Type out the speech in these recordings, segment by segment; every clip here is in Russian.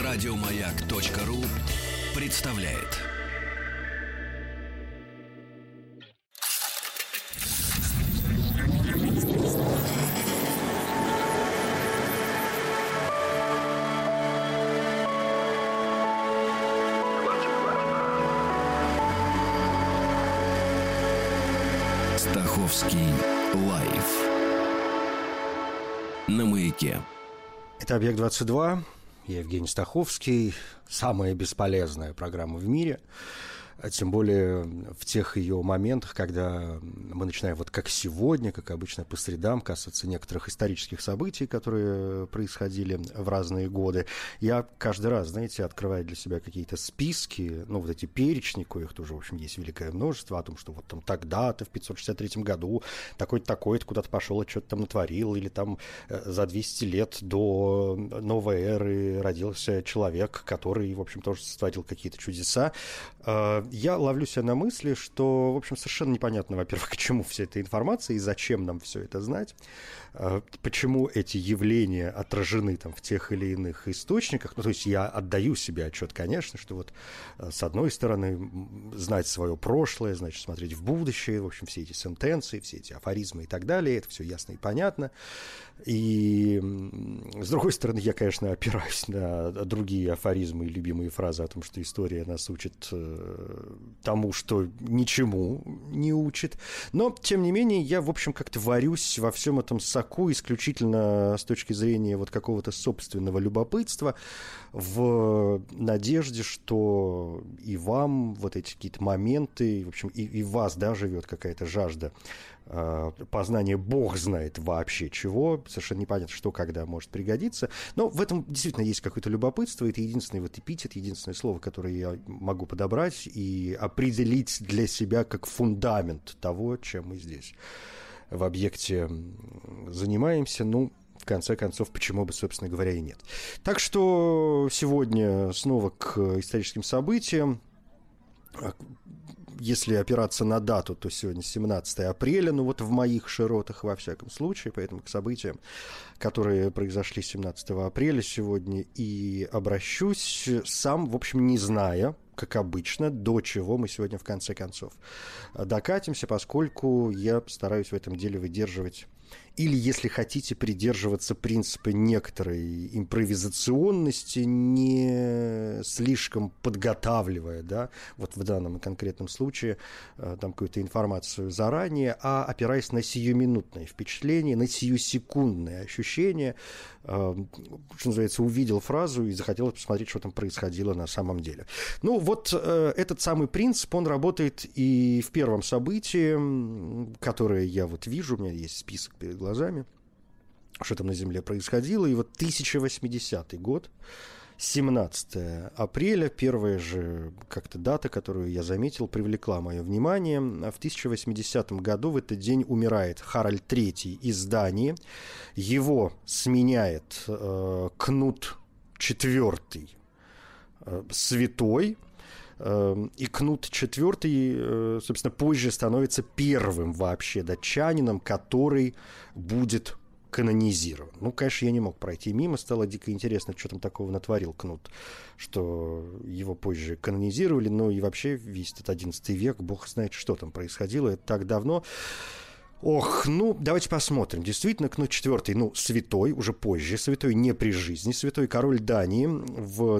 Радиомаяк.ру представляет. Стаховский лайф на Маяке. Это «Объект-22». Я Евгений Стаховский. Самая бесполезная программа в мире. Тем более в тех ее моментах, когда мы начинаем, вот как сегодня, как обычно по средам, касаться некоторых исторических событий, которые происходили в разные годы. Я каждый раз, знаете, открываю для себя какие-то списки, ну, вот эти перечни, коих тоже, в общем, есть великое множество, о том, что вот там тогда-то, в 563 году, такой-то куда-то пошел и что-то там натворил, или там за 200 лет до новой эры родился человек, который, в общем, тоже сотворил какие-то чудеса. Я ловлю себя на мысли, что, в общем, совершенно непонятно, во-первых, к чему вся эта информация и зачем нам все это знать, почему эти явления отражены там в тех или иных источниках. Ну, то есть я отдаю себе отчет, конечно, что вот с одной стороны знать свое прошлое, значит, смотреть в будущее, в общем, все эти сентенции, все эти афоризмы и так далее, это все ясно и понятно. И с другой стороны, я, конечно, опираюсь на другие афоризмы и любимые фразы о том, что история нас учит тому, что ничему не учит. Но, тем не менее, я, в общем, как-то варюсь во всем этом соку исключительно с точки зрения вот какого-то собственного любопытства, в надежде, что и вам вот эти какие-то моменты, в общем, и в вас, да, живет какая-то жажда познание бог знает вообще чего, совершенно непонятно, что когда может пригодиться, но в этом действительно есть какое-то любопытство, это единственный вот эпитет, единственное слово, которое я могу подобрать и определить для себя как фундамент того, чем мы здесь в объекте занимаемся, ну, в конце концов, почему бы, собственно говоря, и нет. Так что сегодня снова к историческим событиям. Если опираться на дату, то сегодня 17 апреля, ну вот в моих широтах во всяком случае, поэтому к событиям, которые произошли 17 апреля сегодня, и обращусь сам, в общем, не зная, как обычно, до чего мы сегодня в конце концов докатимся, поскольку я стараюсь в этом деле выдерживать или, если хотите, придерживаться принципа некоторой импровизационности, не слишком подготавливая, да, вот в данном конкретном случае там какую-то информацию заранее, а опираясь на сиюминутное впечатление, на сиюсекундное ощущение, что называется, увидел фразу и захотел посмотреть, что там происходило на самом деле. Ну, вот этот самый принцип, он работает и в первом событии, которое я вот вижу, у меня есть список перед глазами, что там на Земле происходило, и вот 1080 год, 17 апреля, первая же как-то дата, которую я заметил, привлекла мое внимание. В 1080 году в этот день умирает Харальд III из Дании. Его сменяет Кнут IV святой. И Кнут IV, собственно, позже становится первым вообще датчанином, который будет канонизирован. Ну, конечно, я не мог пройти мимо, стало дико интересно, что там такого натворил Кнут, что его позже канонизировали, ну и вообще весь этот 11 век, бог знает, что там происходило, это так давно. Ох, ну, давайте посмотрим. Действительно, Кнут IV, ну, святой, уже позже, святой не при жизни, святой король Дании в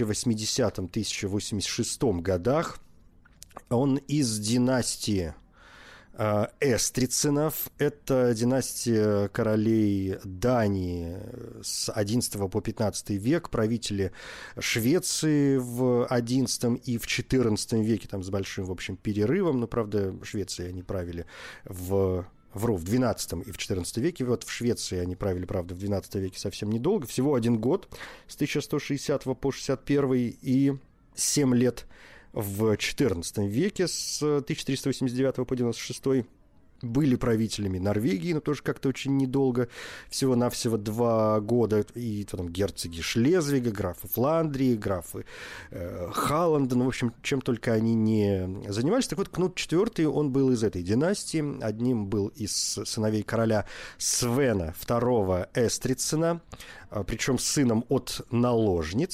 1080-1086 годах. Он из династии Эстриценов. Это династия королей Дании с XI по XV век, правители Швеции в XI и в XIV веке, там с большим, в общем, перерывом, но, правда, Швеции они правили в XII и в XIV веке. Вот в Швеции они правили, правда, в XII веке совсем недолго, всего 1 год, с 1160 по 61 и 7 лет в XIV веке, с 1389 по 96 были правителями Норвегии, но тоже как-то очень недолго, всего-навсего 2 года, и там герцоги Шлезвига, графы Фландрии, графы Халланда, ну, в общем, чем только они не занимались. Так вот, Кнут IV, он был из этой династии, одним был из сыновей короля Свена II Эстрицена, причем сыном от наложниц,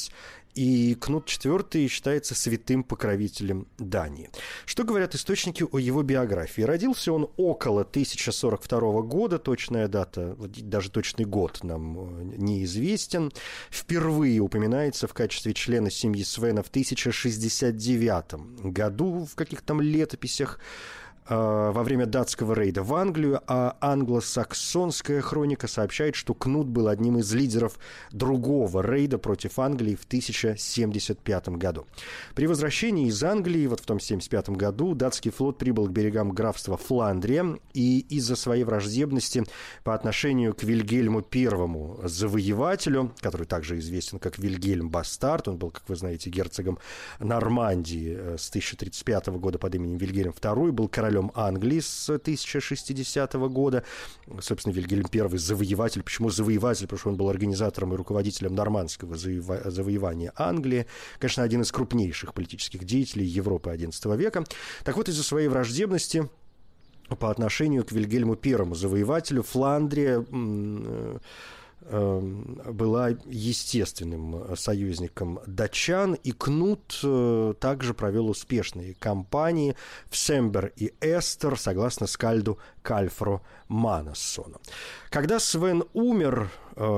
и Кнут IV считается святым покровителем Дании. Что говорят источники о его биографии? Родился он около 1042 года, точная дата, даже точный год нам неизвестен. Впервые упоминается в качестве члена семьи Свена в 1069 году в каких-то там летописях во время датского рейда в Англию, а англосаксонская хроника сообщает, что Кнут был одним из лидеров другого рейда против Англии в 1075 году. При возвращении из Англии, вот в том 1075 году, датский флот прибыл к берегам графства Фландрия, и из-за своей враждебности по отношению к Вильгельму I завоевателю, который также известен как Вильгельм Бастард, он был, как вы знаете, герцогом Нормандии с 1035 года под именем Вильгельм II, был королем Англии с 1060 года. Собственно, Вильгельм I завоеватель. Почему завоеватель? Потому что он был организатором и руководителем нормандского завоевания Англии. Конечно, один из крупнейших политических деятелей Европы XI века. Так вот, из-за своей враждебности по отношению к Вильгельму I завоевателю Фландрия была естественным союзником датчан, и Кнут также провел успешные кампании в Сембер и Эстер, согласно скальду Кальфру Манассону. Когда Свен умер,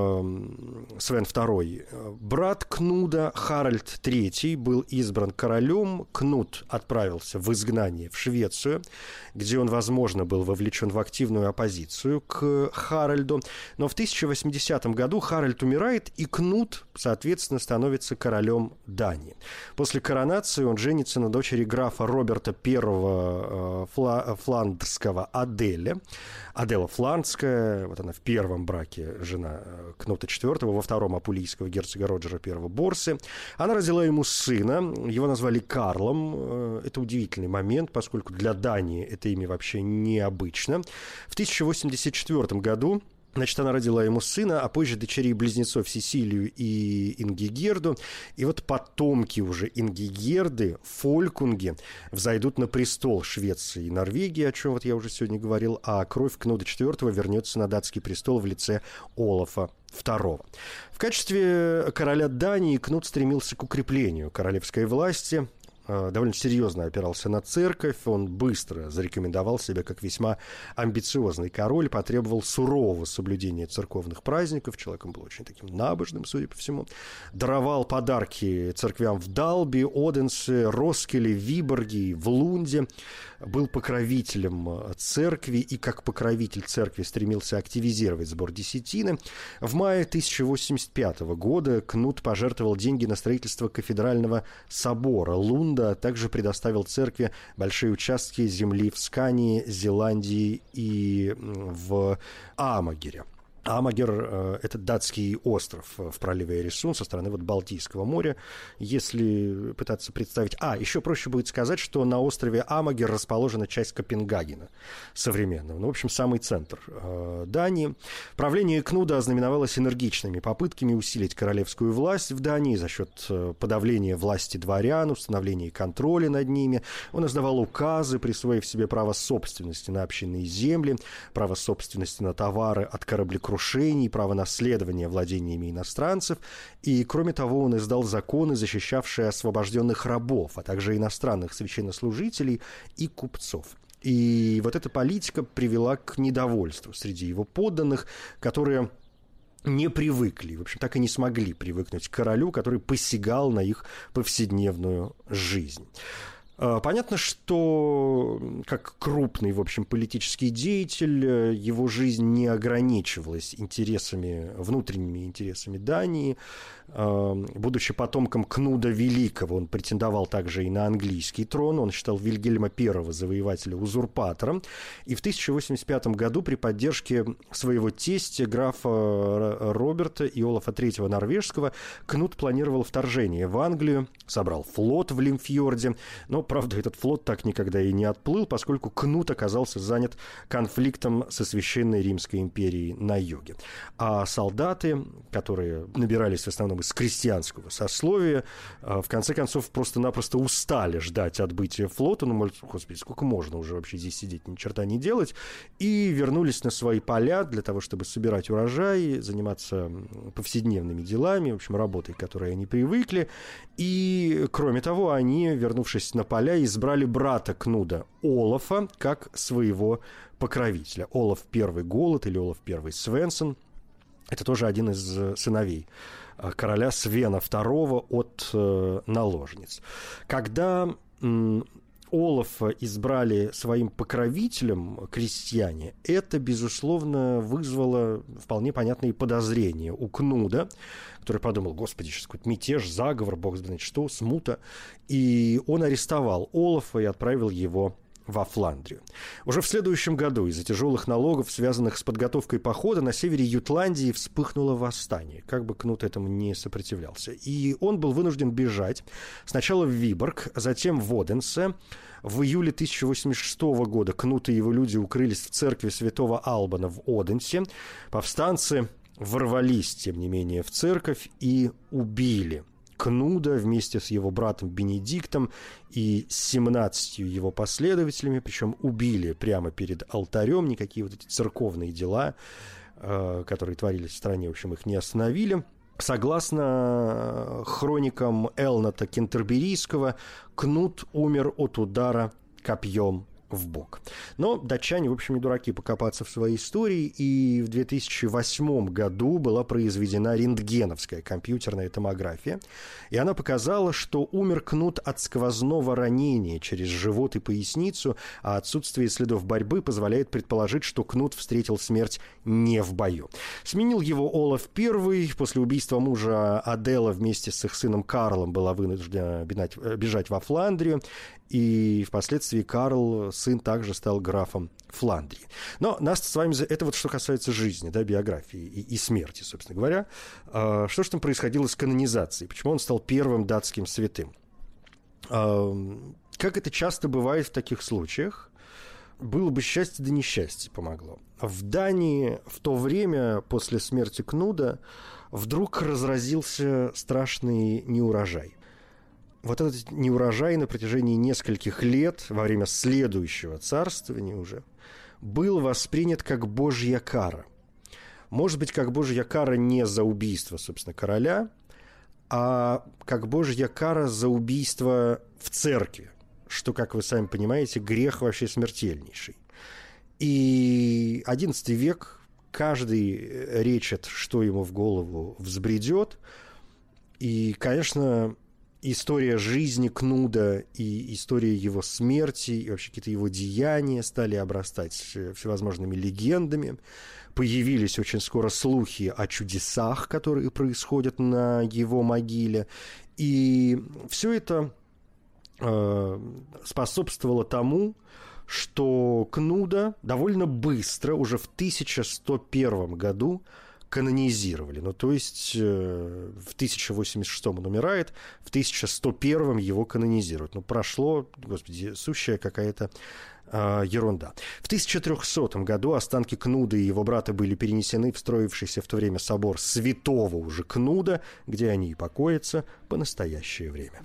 Свен II, брат Кнуда Харальд III был избран королем. Кнут отправился в изгнание в Швецию, где он, возможно, был вовлечен в активную оппозицию к Харальду. Но в 1080 году Харальд умирает, и Кнут, соответственно, становится королем Дании. После коронации он женится на дочери графа Роберта I Фландрского Аделя. Адела Фландская, вот она в первом браке жена Кнута IV, во втором апулийского герцога Роджера I Борсы. Она родила ему сына, его назвали Карлом. Это удивительный момент, поскольку для Дании это имя вообще необычно. В 1084 году она родила ему сына, а позже дочерей-близнецов Сесилию и Ингигерду. И вот потомки уже Ингигерды, фолькунги, взойдут на престол Швеции и Норвегии, о чем вот я уже сегодня говорил, а кровь Кнута IV вернется на датский престол в лице Олафа II. В качестве короля Дании Кнут стремился к укреплению королевской власти, довольно серьезно опирался на церковь, он быстро зарекомендовал себя как весьма амбициозный король, потребовал сурового соблюдения церковных праздников, человеком был очень таким набожным, судя по всему, даровал подарки церквям в Далби, Оденсе, Роскеле, Виборге, в Лунде, был покровителем церкви и как покровитель церкви стремился активизировать сбор десятины. В мае 1085 года Кнут пожертвовал деньги на строительство кафедрального собора Лунда, а также предоставил церкви большие участки земли в Скании, Зеландии и в Амагере. Амагер – это датский остров в проливе Эресун со стороны вот Балтийского моря. Если пытаться представить... еще проще будет сказать, что на острове Амагер расположена часть Копенгагена современного. Ну, в общем, самый центр Дании. Правление Кнуда ознаменовалось энергичными попытками усилить королевскую власть в Дании за счет подавления власти дворян, установления контроля над ними. Он издавал указы, присвоив себе право собственности на общинные земли, право собственности на товары от кораблекрушений, право наследования владениями иностранцев, и, кроме того, он издал законы, защищавшие освобожденных рабов, а также иностранных священнослужителей и купцов. И вот эта политика привела к недовольству среди его подданных, которые не привыкли, в общем, так и не смогли привыкнуть к королю, который посягал на их повседневную жизнь. Понятно, что как крупный, в общем, политический деятель, его жизнь не ограничивалась внутренними интересами Дании. Будучи потомком Кнуда Великого, он претендовал также и на английский трон. Он считал Вильгельма I завоевателя узурпатором. И в 1085 году при поддержке своего тестя, графа Роберта и Олафа III Норвежского, Кнут планировал вторжение в Англию, собрал флот в Лимфьорде, но Но, правда, этот флот так никогда и не отплыл, поскольку Кнут оказался занят конфликтом со Священной Римской империей на юге. А солдаты, которые набирались в основном из крестьянского сословия, в конце концов просто-напросто устали ждать отбытия флота. Ну, может, господи, сколько можно уже вообще здесь сидеть, ни черта не делать. И вернулись на свои поля для того, чтобы собирать урожай, заниматься повседневными делами, в общем, работой, к которой они привыкли. И, кроме того, они, вернувшись на поля, избрали брата Кнуда, Олафа, как своего покровителя. Олаф I Голод или Олаф I Свенсон – это тоже один из сыновей короля Свена II от наложниц. Когда Олафа избрали своим покровителем крестьяне, это, безусловно, вызвало вполне понятные подозрения у Кнуда, который подумал: господи, сейчас какой-то мятеж, заговор, бог знает что, смута. И он арестовал Олафа и отправил его во Фландрию. Уже в следующем году из-за тяжелых налогов, связанных с подготовкой похода, на севере Ютландии вспыхнуло восстание, как бы Кнут этому не сопротивлялся. И он был вынужден бежать сначала в Виборг, затем в Оденсе. В июле 1086 года Кнут и его люди укрылись в церкви святого Албана в Оденсе. Повстанцы ворвались, тем не менее, в церковь и убили Кнуда вместе с его братом Бенедиктом и 17 его последователями, причем убили прямо перед алтарем. Никакие вот эти церковные дела, которые творились в стране, в общем, их не остановили. Согласно хроникам Элната Кентерберийского, Кнут умер от удара копьем в бок. Но датчане, в общем, не дураки покопаться в своей истории, и в 2008 году была произведена рентгеновская компьютерная томография, и она показала, что умер Кнут от сквозного ранения через живот и поясницу, а отсутствие следов борьбы позволяет предположить, что Кнут встретил смерть не в бою. Сменил его Олаф I. После убийства мужа Адела вместе с их сыном Карлом была вынуждена бежать во Фландрию, и впоследствии Карл, сын, также стал графом Фландрии. Но нас с вами... Это вот что касается жизни, да, биографии и смерти, собственно говоря. Что же там происходило с канонизацией? Почему он стал первым датским святым? Как это часто бывает в таких случаях, было бы счастье, да несчастье помогло. В Дании в то время, после смерти Кнуда, вдруг разразился страшный неурожай. Вот этот неурожай на протяжении нескольких лет, во время следующего царствования уже, был воспринят как божья кара. Может быть, как божья кара не за убийство, собственно, короля, а как божья кара за убийство в церкви, что, как вы сами понимаете, грех вообще смертельнейший. И XI век, каждый речет, что ему в голову взбредет, и, конечно, история жизни Кнуда и история его смерти, и вообще какие-то его деяния стали обрастать всевозможными легендами. Появились очень скоро слухи о чудесах, которые происходят на его могиле. И все это способствовало тому, что Кнуда довольно быстро, уже в 1101 году, канонизировали. Ну, то есть в 1086 он умирает, в 1101 его канонизируют. Ну, прошло, господи, сущая какая-то ерунда. В 1300 году останки Кнуда и его брата были перенесены в строившийся в то время собор святого уже Кнуда, где они и покоятся по настоящее время.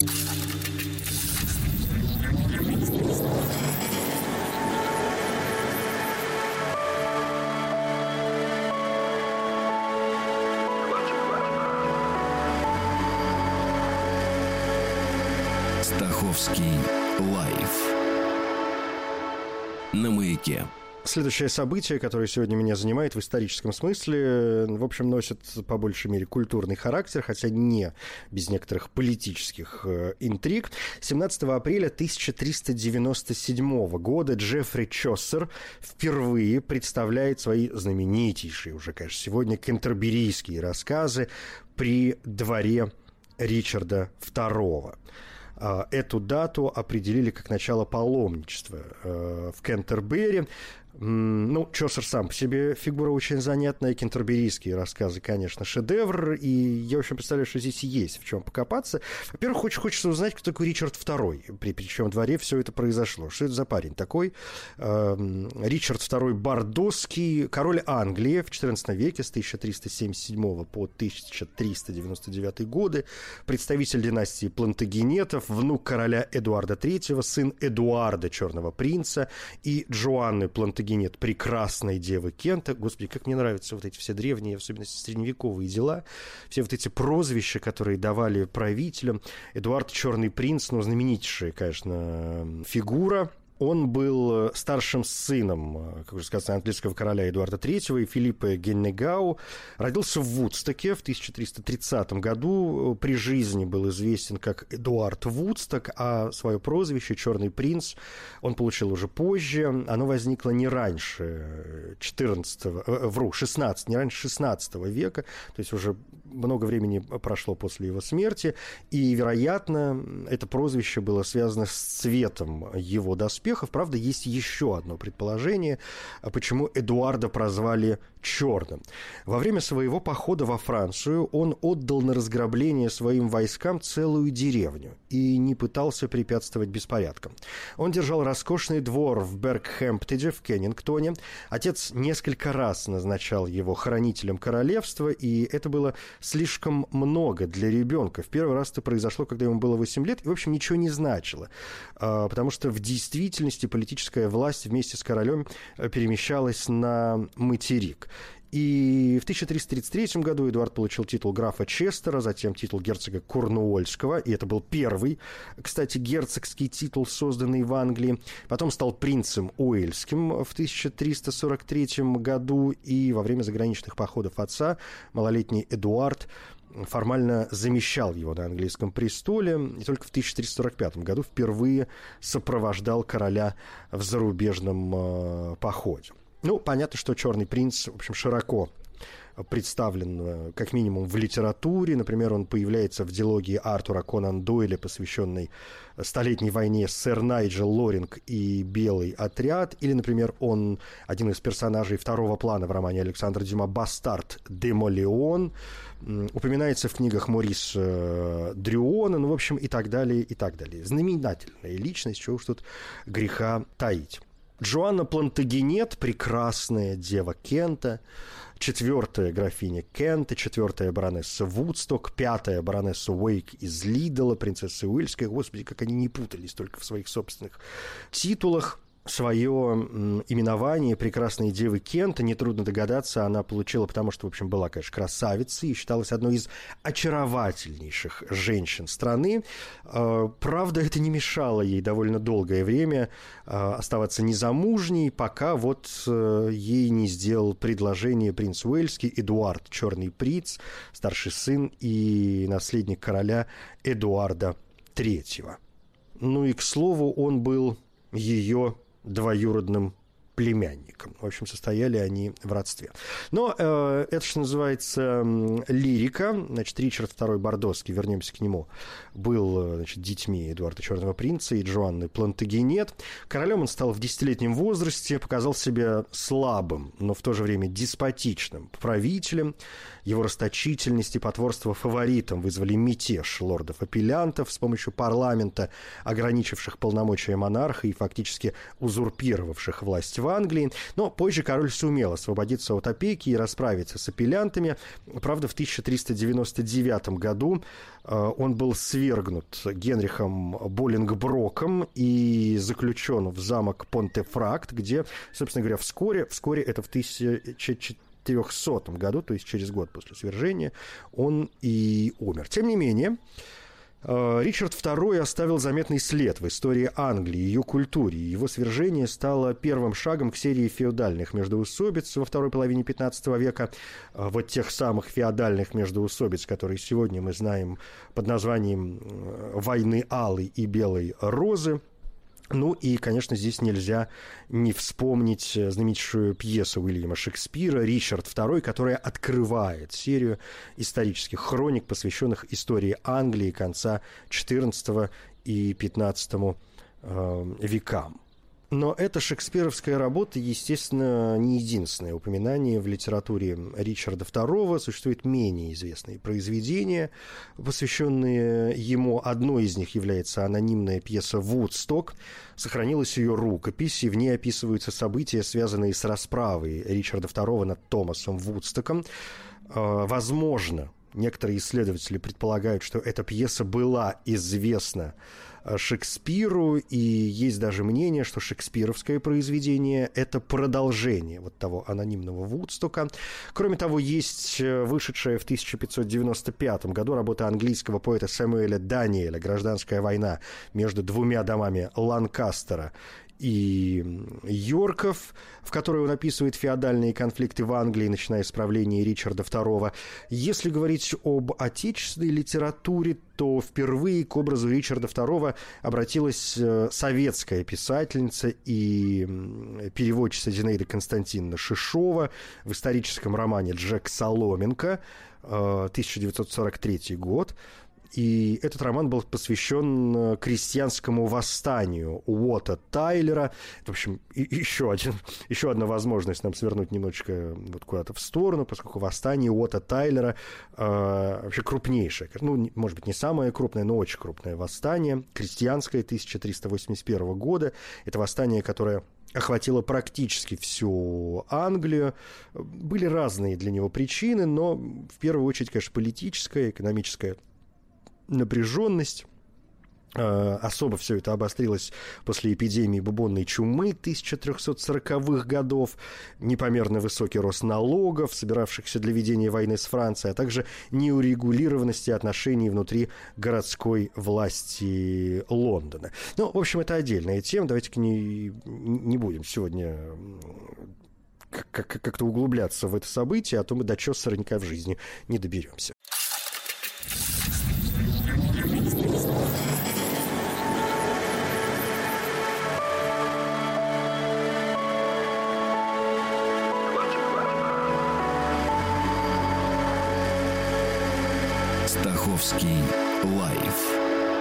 Стаховский лайф на Маяке. Следующее событие, которое сегодня меня занимает в историческом смысле, в общем, носит по большей мере культурный характер, хотя не без некоторых политических интриг. 17 апреля 1397 года Джеффри Чосер впервые представляет свои знаменитейшие уже, конечно, сегодня кентерберийские рассказы при дворе Ричарда II. Эту дату определили как начало паломничества в Кентербери. Ну, Чосер сам по себе фигура очень занятная, кентерберийские рассказы, конечно, шедевр, и я, в общем, представляю, что здесь есть в чем покопаться. Во-первых, очень хочется узнать, кто такой Ричард II, при чьем дворе все это произошло. Что это за парень такой? Ричард II Бордоский, король Англии в XIV веке с 1377 по 1399 годы, представитель династии Плантагенетов, внук короля Эдуарда III, сын Эдуарда Черного принца и Джоанны Плантагенет, прекрасной девы Кента. Господи, как мне нравятся вот эти все древние, в особенности средневековые дела, все вот эти прозвища, которые давали правителям. Эдуард Черный принц, ну, знаменитейшая, конечно, фигура. Он был старшим сыном, как уже сказано, английского короля Эдуарда III и Филиппа Геннегау. Родился в Вудстоке в 1330 году. При жизни был известен как Эдуард Вудсток, а свое прозвище «Черный принц» он получил уже позже. Оно возникло не раньше 16 века, то есть уже много времени прошло после его смерти, и, вероятно, это прозвище было связано с цветом его доспехов. Правда, есть еще одно предположение, почему Эдуарда прозвали черным. Во время своего похода во Францию он отдал на разграбление своим войскам целую деревню и не пытался препятствовать беспорядкам. Он держал роскошный двор в Бергхэмптеде в Кеннингтоне. Отец несколько раз назначал его хранителем королевства, и это было слишком много для ребенка. В первый раз это произошло, когда ему было 8 лет, и, в общем, ничего не значило, потому что в действительности политическая власть вместе с королем перемещалась на материк. И в 1333 году Эдуард получил титул графа Честера, затем титул герцога Корнуольского, и это был первый, кстати, герцогский титул, созданный в Англии. Потом стал принцем Уэльским в 1343 году, и во время заграничных походов отца малолетний Эдуард формально замещал его на английском престоле, и только в 1345 году впервые сопровождал короля в зарубежном походе. Ну, понятно, что «Черный принц», в общем, широко представлен как минимум в литературе. Например, он появляется в дилогии Артура Конан Дойля, посвященной Столетней войне, «Сэр Найджел Лоринг и Белый отряд». Или, например, он один из персонажей второго плана в романе Александра Дюма «Бастард Демолеон». Упоминается в книгах Мориса Дрюона, ну, в общем, и так далее, и так далее. Знаменательная личность, чего уж тут греха таить. Джоанна Плантагенет, прекрасная дева Кента, 4-я графиня Кента, 4-я баронесса Вудсток, 5-я баронесса Уэйк из Лиддала, принцесса Уэльская. Господи, как они не путались только в своих собственных титулах. Свое именование прекрасной девы Кента, нетрудно догадаться, она получила, потому что, в общем, была, конечно, красавицей и считалась одной из очаровательнейших женщин страны. Правда, это не мешало ей довольно долгое время оставаться незамужней, пока вот ей не сделал предложение принц Уэльский Эдуард Черный принц, старший сын и наследник короля Эдуарда III. Ну и, к слову, он был ее двоюродным племянником. В общем, состояли они в родстве. Но это, что называется, лирика. Значит, Ричард II Бордоский, вернемся к нему, был, значит, детьми Эдуарда Черного принца и Джоанны Плантагенет. Королем он стал в 10-летнем возрасте, показал себя слабым, но в то же время деспотичным правителем. Его расточительность и потворство фаворитам вызвали мятеж лордов-апеллянтов с помощью парламента, ограничивших полномочия монарха и фактически узурпировавших власть в Англии. Но позже король сумел освободиться от опеки и расправиться с апеллянтами. Правда, в 1399 году он был свергнут Генрихом Болингброком и заключен в замок Понтефракт, где, собственно говоря, вскоре это в 1400 году, то есть через год после свержения, он и умер. Тем не менее, Ричард II оставил заметный след в истории Англии, ее культуре. Его свержение стало первым шагом к серии феодальных междоусобиц во второй половине XV века. Вот тех самых феодальных междоусобиц, которые сегодня мы знаем под названием «Войны Алой и Белой Розы». Ну и, конечно, здесь нельзя не вспомнить знаменитейшую пьесу Уильяма Шекспира «Ричард II», которая открывает серию исторических хроник, посвященных истории Англии конца XIV и XV векам. Но эта шекспировская работа, естественно, не единственное упоминание в литературе Ричарда II. Существуют менее известные произведения, посвященные ему. Одной из них является анонимная пьеса «Вудсток». Сохранилась ее рукопись, и в ней описываются события, связанные с расправой Ричарда II над Томасом Вудстоком. Возможно, некоторые исследователи предполагают, что эта пьеса была известна Шекспиру, и есть даже мнение, что шекспировское произведение – это продолжение вот того анонимного Вудстока. Кроме того, есть вышедшая в 1595 году работа английского поэта Сэмюэля Даниэля «Гражданская война между двумя домами Ланкастера и Йорков», в которой он описывает феодальные конфликты в Англии, начиная с правления Ричарда II. Если говорить об отечественной литературе, то впервые к образу Ричарда II обратилась советская писательница и переводчица Зинаида Константиновна Шишова в историческом романе «Джек Соломенко», 1943 год. И этот роман был посвящен крестьянскому восстанию Уотта Тайлера. Это, в общем, еще одна возможность нам свернуть немножечко вот куда-то в сторону, поскольку восстание Уотта Тайлера вообще крупнейшее. Ну, может быть, не самое крупное, но очень крупное восстание. Крестьянское 1381 года. Это восстание, которое охватило практически всю Англию. Были разные для него причины, но в первую очередь, конечно, политическая, экономическая напряженность. Особо все это обострилось после эпидемии бубонной чумы 1340-х годов, непомерно высокий рост налогов, собиравшихся для ведения войны с Францией, а также неурегулированности отношений внутри городской власти Лондона. Ну, в общем, это отдельная тема. Давайте-ка не будем сегодня как-то углубляться в это событие, а то мы до Чоссера никогда в жизни не доберемся. Стаховский лайф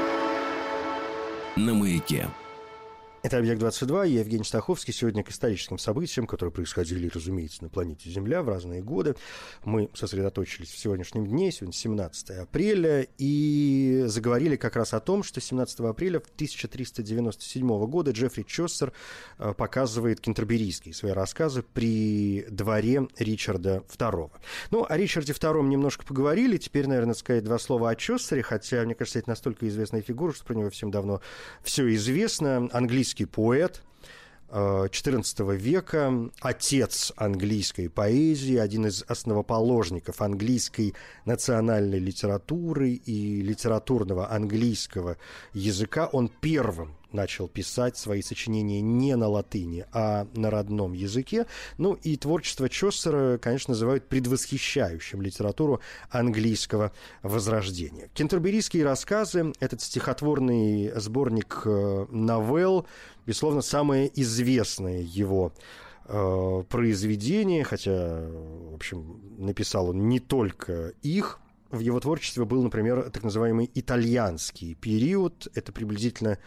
на Маяке. Это «Объект-22», я Евгений Стаховский. Сегодня к историческим событиям, которые происходили, разумеется, на планете Земля в разные годы. Мы сосредоточились в сегодняшнем дне, сегодня 17 апреля, и заговорили как раз о том, что 17 апреля 1397 года Джеффри Чоссер показывает кентерберийские свои рассказы при дворе Ричарда II. Ну, о Ричарде II немножко поговорили, теперь, наверное, сказать два слова о Чоссере, хотя, мне кажется, это настолько известная фигура, что про него всем давно все известно. Английский поэт XIV века, отец английской поэзии, один из основоположников английской национальной литературы и литературного английского языка. Он первым начал писать свои сочинения не на латыни, а на родном языке. Ну и творчество Чоссера, конечно, называют предвосхищающим литературу английского возрождения. Кентерберийские рассказы, этот стихотворный сборник новелл, безусловно, самое известное его произведение, хотя, в общем, написал он не только их. В его творчестве был, например, так называемый итальянский период. Это приблизительно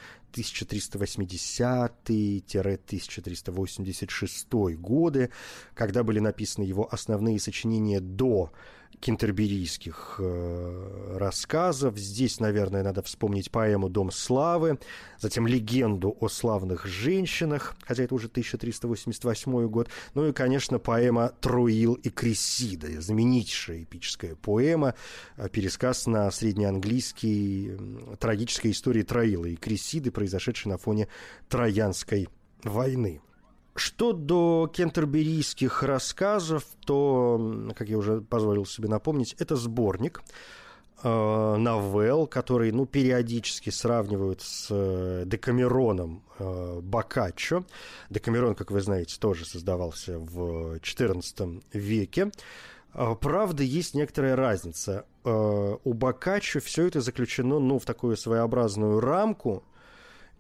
1380-1386 годы, когда были написаны его основные сочинения до кентерберийских рассказов. Здесь, наверное, надо вспомнить поэму «Дом славы», затем «Легенду о славных женщинах», хотя это уже 1388 год, ну и, конечно, поэма «Троил и Крессида», знаменитейшая эпическая поэма, пересказ на среднеанглийский трагической истории Троила и Крессиды, произошедшей на фоне Троянской войны. Что до кентерберийских рассказов, то, как я уже позволил себе напомнить, это сборник новелл, которые, периодически сравнивают с Декамероном Боккаччо. Декамерон, как вы знаете, тоже создавался в XIV веке. Правда, есть некоторая разница. У Боккаччо все это заключено, в такую своеобразную рамку,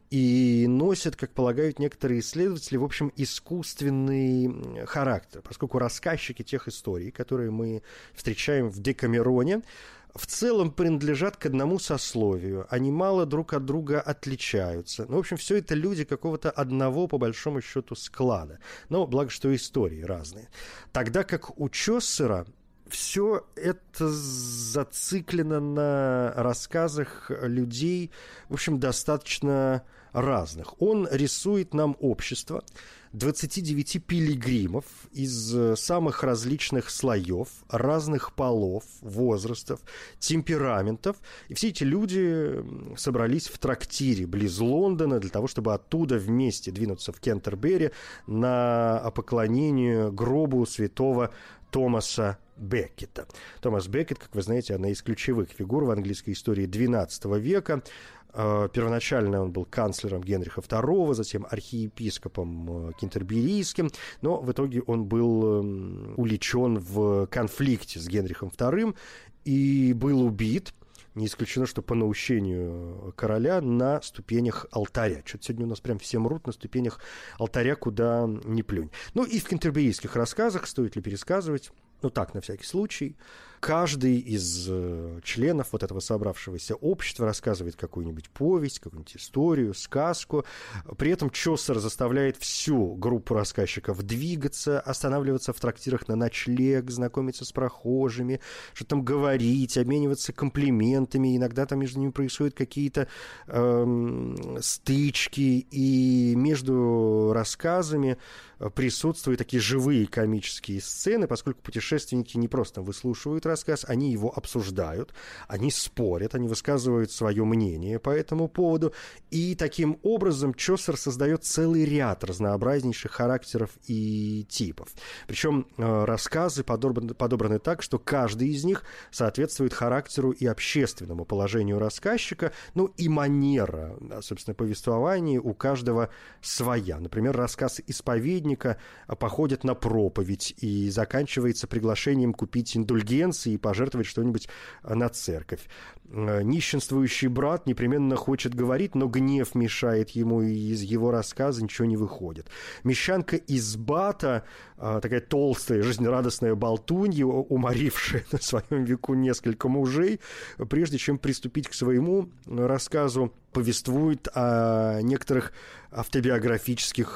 и носят, как полагают некоторые исследователи, в общем, искусственный характер, поскольку рассказчики тех историй, которые мы встречаем в Декамероне, в целом принадлежат к одному сословию. Они мало друг от друга отличаются. Ну, в общем, все это люди какого-то одного, по большому счету, склада. Но благо, что истории разные. Тогда как у Чоссера все это зациклено на рассказах людей, в общем, достаточно разных. Он рисует нам общество 29 пилигримов из самых различных слоев, разных полов, возрастов, темпераментов. И все эти люди собрались в трактире близ Лондона для того, чтобы оттуда вместе двинуться в Кентербери на поклонение гробу святого Томаса Беккета. Томас Беккет, как вы знаете, одна из ключевых фигур в английской истории XII века. Первоначально он был канцлером Генриха II, затем архиепископом кентерберийским, но в итоге он был уличен в конфликте с Генрихом II и был убит. Не исключено, что по наущению короля на ступенях алтаря. Что-то сегодня у нас прям все мрут на ступенях алтаря, куда ни плюнь. Ну и в кентерберийских рассказах, стоит ли пересказывать, ну так, на всякий случай, каждый из членов вот этого собравшегося общества рассказывает какую-нибудь повесть, какую-нибудь историю, сказку. При этом Чосер заставляет всю группу рассказчиков двигаться, останавливаться в трактирах на ночлег, знакомиться с прохожими, что-то там говорить, обмениваться комплиментами. Иногда там между ними происходят какие-то стычки, и между рассказами присутствуют такие живые комические сцены, поскольку путешественники не просто выслушивают рассказ, они его обсуждают, они спорят, они высказывают свое мнение по этому поводу, и таким образом Чосер создает целый ряд разнообразнейших характеров и типов. Причем рассказы подобраны так, что каждый из них соответствует характеру и общественному положению рассказчика, ну и манера, собственно, повествования у каждого своя. Например, рассказ исповедника походит на проповедь и заканчивается приглашением купить индульгенции и пожертвовать что-нибудь на церковь. Нищенствующий брат непременно хочет говорить, но гнев мешает ему, и из его рассказа ничего не выходит. Мещанка из Бата, такая толстая, жизнерадостная болтунья, уморившая на своем веку несколько мужей, прежде чем приступить к своему рассказу, повествует о некоторых автобиографических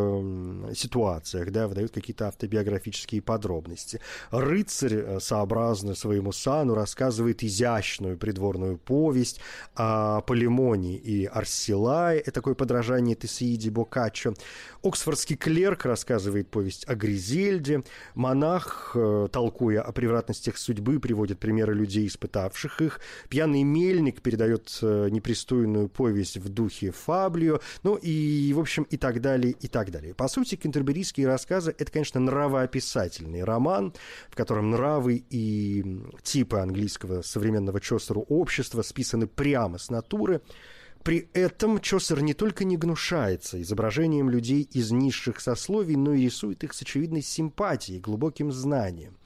ситуациях, да, выдают какие-то автобиографические подробности. Рыцарь, сообразно своему сану, рассказывает изящную придворную повесть о Полимоне и Арсилае, это такое подражание Тесеиде Боккаччо. Оксфордский клерк рассказывает повесть о Гризельде. Монах, толкуя о превратностях судьбы, приводит примеры людей, испытавших их. Пьяный мельник передает непристойную повесть в духе Фаблио, ну и, в общем, и так далее, и так далее. По сути, кентерберийские рассказы — это, конечно, нравоописательный роман, в котором нравы и типы английского современного Чосеру общества списаны прямо с натуры. При этом Чосер не только не гнушается изображением людей из низших сословий, но и рисует их с очевидной симпатией, глубоким знанием.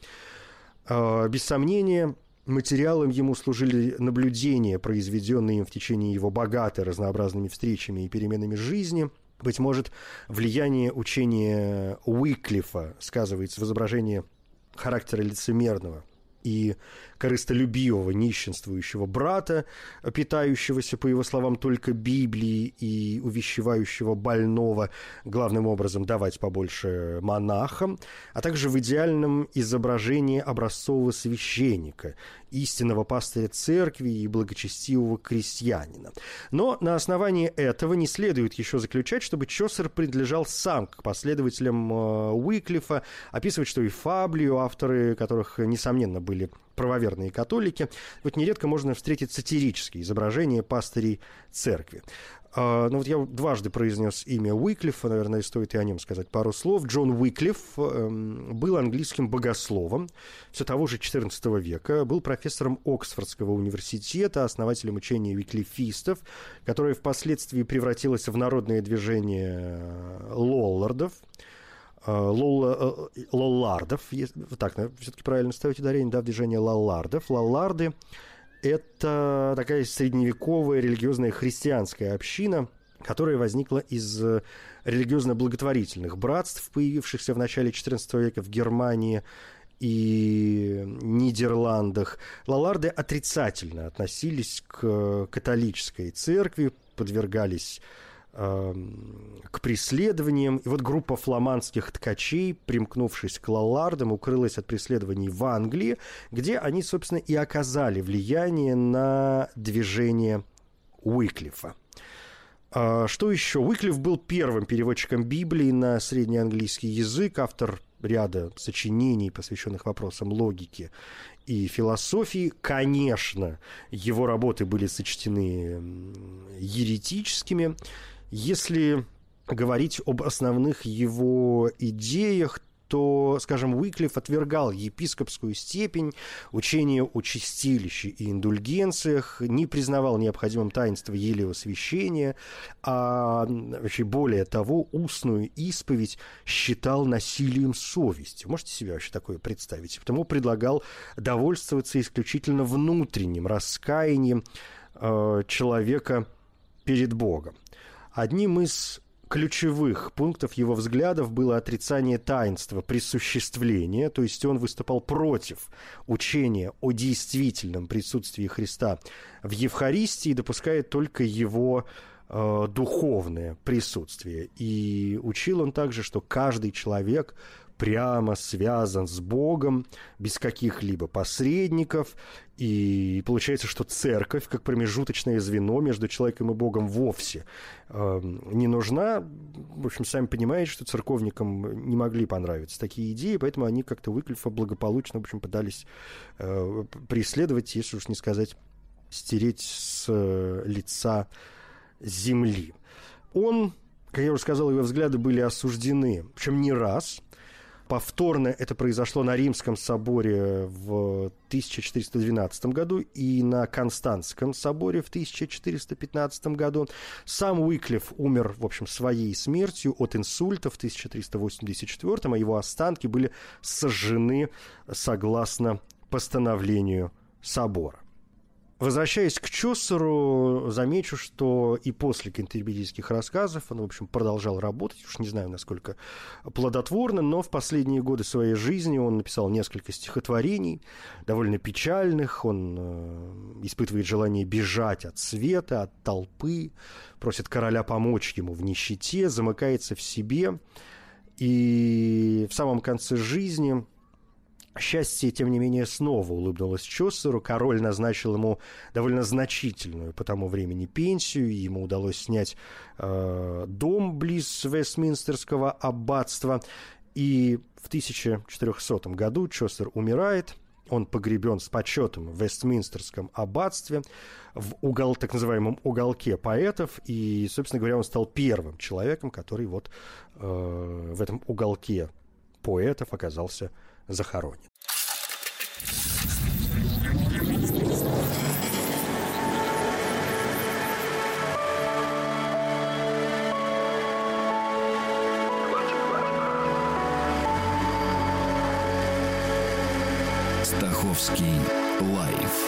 Без сомнения, материалом ему служили наблюдения, произведенные им в течение его богатой разнообразными встречами и переменами жизни. Быть может, влияние учения Уиклифа сказывается в изображении характера лицемерного и корыстолюбивого нищенствующего брата, питающегося, по его словам, только Библией и увещевающего больного, главным образом давать побольше монахам, а также в идеальном изображении образцового священника, истинного пастыря церкви и благочестивого крестьянина. Но на основании этого не следует еще заключать, чтобы Чосер принадлежал сам к последователям Уиклифа, описывать, что и Фаблио, авторы которых, несомненно, были правоверные католики, вот нередко можно встретить сатирические изображения пастырей церкви. Но вот я дважды произнес имя Уиклифа, наверное, стоит и о нем сказать пару слов. Джон Уиклиф был английским богословом все того же XIV века, был профессором Оксфордского университета, основателем учения уиклифистов, которое впоследствии превратилось в народное движение лоллардов, так, все-таки правильно ставить ударение, да, в движение лоллардов. Лолларды — это такая средневековая религиозная христианская община, которая возникла из религиозно-благотворительных братств, появившихся в начале XIV века в Германии и Нидерландах. Лолларды отрицательно относились к католической церкви, подвергались к преследованиям. И вот группа фламандских ткачей, примкнувшись к лоллардам, укрылась от преследований в Англии, где они, собственно, и оказали влияние на движение Уиклифа. Что еще? Уиклиф был первым переводчиком Библии на среднеанглийский язык, автор ряда сочинений, посвященных вопросам логики и философии. Конечно, его работы были сочтены еретическими. Если говорить об основных его идеях, то, скажем, Уиклиф отвергал епископскую степень, учение о чистилище и индульгенциях, не признавал необходимым таинство елеосвящения, а вообще более того, устную исповедь считал насилием совести. Можете себе вообще такое представить? Потому предлагал довольствоваться исключительно внутренним раскаянием человека перед Богом. Одним из ключевых пунктов его взглядов было отрицание таинства присуществления, то есть он выступал против учения о действительном присутствии Христа в Евхаристии, допуская только его духовное присутствие. И учил он также, что каждый человек прямо связан с Богом, без каких-либо посредников, и получается, что церковь, как промежуточное звено между человеком и Богом, вовсе не нужна. В общем, сами понимаете, что церковникам не могли понравиться такие идеи, поэтому они как-то Уиклифа благополучно, в общем, пытались преследовать, если уж не сказать, стереть с лица земли. Он, как я уже сказал, его взгляды были осуждены, причем не раз. Повторно это произошло на Римском соборе в 1412 году и на Константском соборе в 1415 году. Сам Уиклиф умер, в общем, своей смертью от инсульта в 1384, а его останки были сожжены согласно постановлению собора. Возвращаясь к Чосеру, замечу, что и после кентерберийских рассказов он, в общем, продолжал работать, уж не знаю, насколько плодотворно, но в последние годы своей жизни он написал несколько стихотворений, довольно печальных. Он испытывает желание бежать от света, от толпы, просит короля помочь ему в нищете, замыкается в себе. И в самом конце жизни счастье, тем не менее, снова улыбнулось Чосеру. Король назначил ему довольно значительную по тому времени пенсию. Ему удалось снять дом близ Вестминстерского аббатства. И в 1400 году Чосер умирает. Он погребен с почетом в Вестминстерском аббатстве, в так называемом уголке поэтов. И, собственно говоря, он стал первым человеком, который вот в этом уголке поэтов оказался захоронен. Стаховский лайф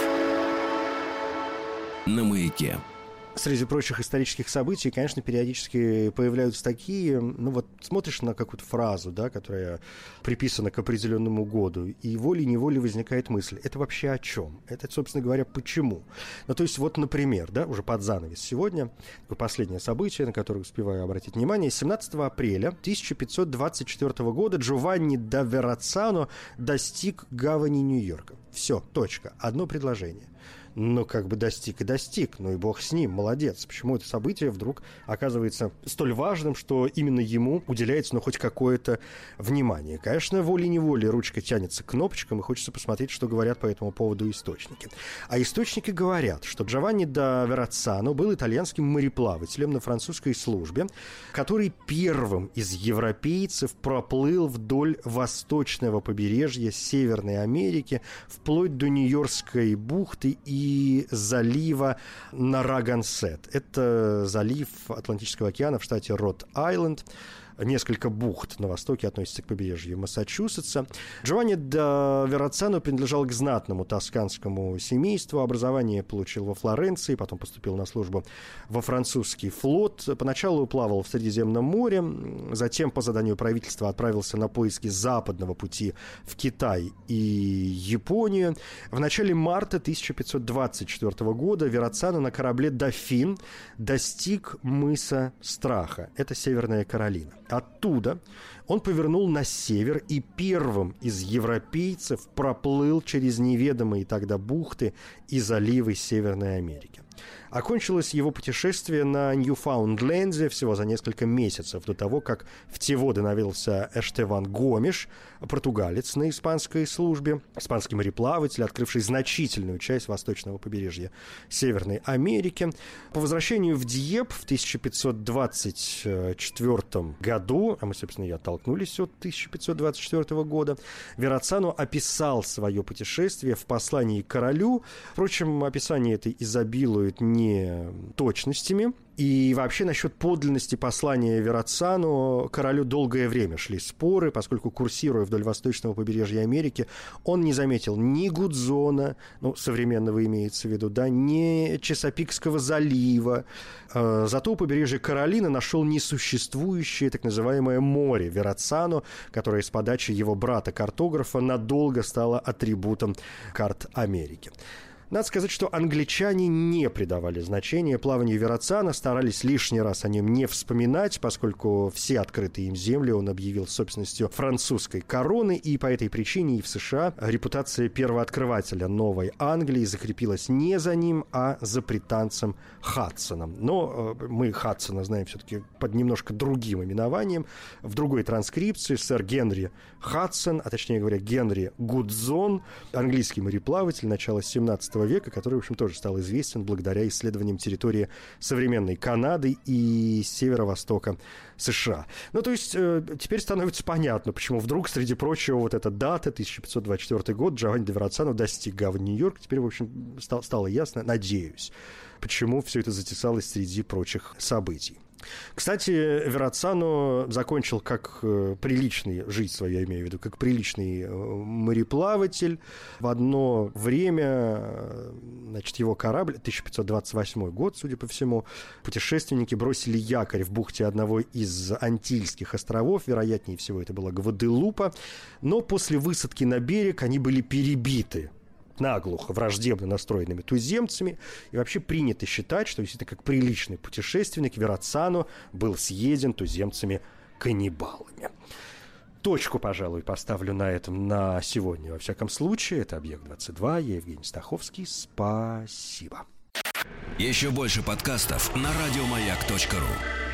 на Маяке. Среди прочих исторических событий, конечно, периодически появляются такие, вот смотришь на какую-то фразу, да, которая приписана к определенному году, и волей-неволей возникает мысль, это вообще о чем? Это, собственно говоря, почему? То есть, вот, например, да, уже под занавес сегодня, последнее событие, на которое успеваю обратить внимание, 17 апреля 1524 года Джованни да Верацано достиг гавани Нью-Йорка. Все, точка, одно предложение. Достиг и достиг, и бог с ним, молодец. Почему это событие вдруг оказывается столь важным, что именно ему уделяется, хоть какое-то внимание? Конечно, волей-неволей ручка тянется к кнопочкам, и хочется посмотреть, что говорят по этому поводу источники. А источники говорят, что Джованни да Верацано был итальянским мореплавателем на французской службе, который первым из европейцев проплыл вдоль восточного побережья Северной Америки, вплоть до Нью-Йоркской бухты и залива Наррагансет. Это залив Атлантического океана в штате Род-Айленд. несколько бухт на востоке относятся к побережью Массачусетса. Джованни да Верацано принадлежал к знатному тосканскому семейству. Образование получил во Флоренции, потом поступил на службу во французский флот. Поначалу плавал в Средиземном море, затем по заданию правительства отправился на поиски западного пути в Китай и Японию. В начале марта 1524 года Верацано на корабле «Дофин» достиг мыса Страха. Это Северная Каролина. Оттуда он повернул на север и первым из европейцев проплыл через неведомые тогда бухты и заливы Северной Америки. Окончилось его путешествие на Ньюфаундленде всего за несколько месяцев до того, как в те воды навелся Эштеван Гомеш, португалец на испанской службе, испанский мореплаватель, открывший значительную часть восточного побережья Северной Америки. По возвращению в Диеп в 1524 году, а мы, собственно, и оттолкнулись от 1524 года, Верацано описал свое путешествие в послании к королю. Впрочем, описание это изобилует не точностями. И вообще насчет подлинности послания Верацано королю долгое время шли споры, поскольку, курсируя вдоль восточного побережья Америки, он не заметил ни Гудзона, ну, современного имеется в виду, да, ни Чесапикского залива. Зато у побережья Каролины нашел несуществующее так называемое море Верацано, которое с подачи его брата-картографа надолго стало атрибутом карт Америки. Надо сказать, что англичане не придавали значения плаванию Верацано, старались лишний раз о нем не вспоминать, поскольку все открытые им земли он объявил собственностью французской короны, и по этой причине и в США репутация первооткрывателя Новой Англии закрепилась не за ним, а за британцем Хадсоном. Но мы Хадсона знаем все-таки под немножко другим именованием. В другой транскрипции сэр Генри Хадсон, а точнее говоря, Генри Гудзон, английский мореплаватель начала 17 века, который, в общем, тоже стал известен благодаря исследованиям территории современной Канады и северо-востока США. Ну, то есть, теперь становится понятно, почему вдруг, среди прочего, вот эта дата, 1524 год, Джованни да Верацано достиг гавани Нью-Йорк. Теперь, в общем, стало ясно, надеюсь, почему все это затесалось среди прочих событий. Кстати, Верацано закончил как приличный, жизнь свою я имею в виду, как приличный мореплаватель. В одно время, значит, его корабль, 1528 год, судя по всему, путешественники бросили якорь в бухте одного из Антильских островов, вероятнее всего это была Гваделупа, но после высадки на берег они были перебиты наглухо враждебно настроенными туземцами. И вообще принято считать, что действительно как приличный путешественник Верацано был съеден туземцами-каннибалами. Точку, пожалуй, поставлю на этом на сегодня. Во всяком случае, это «Объект-22». Я Евгений Стаховский. Спасибо. Еще больше подкастов на радиомаяк.ру.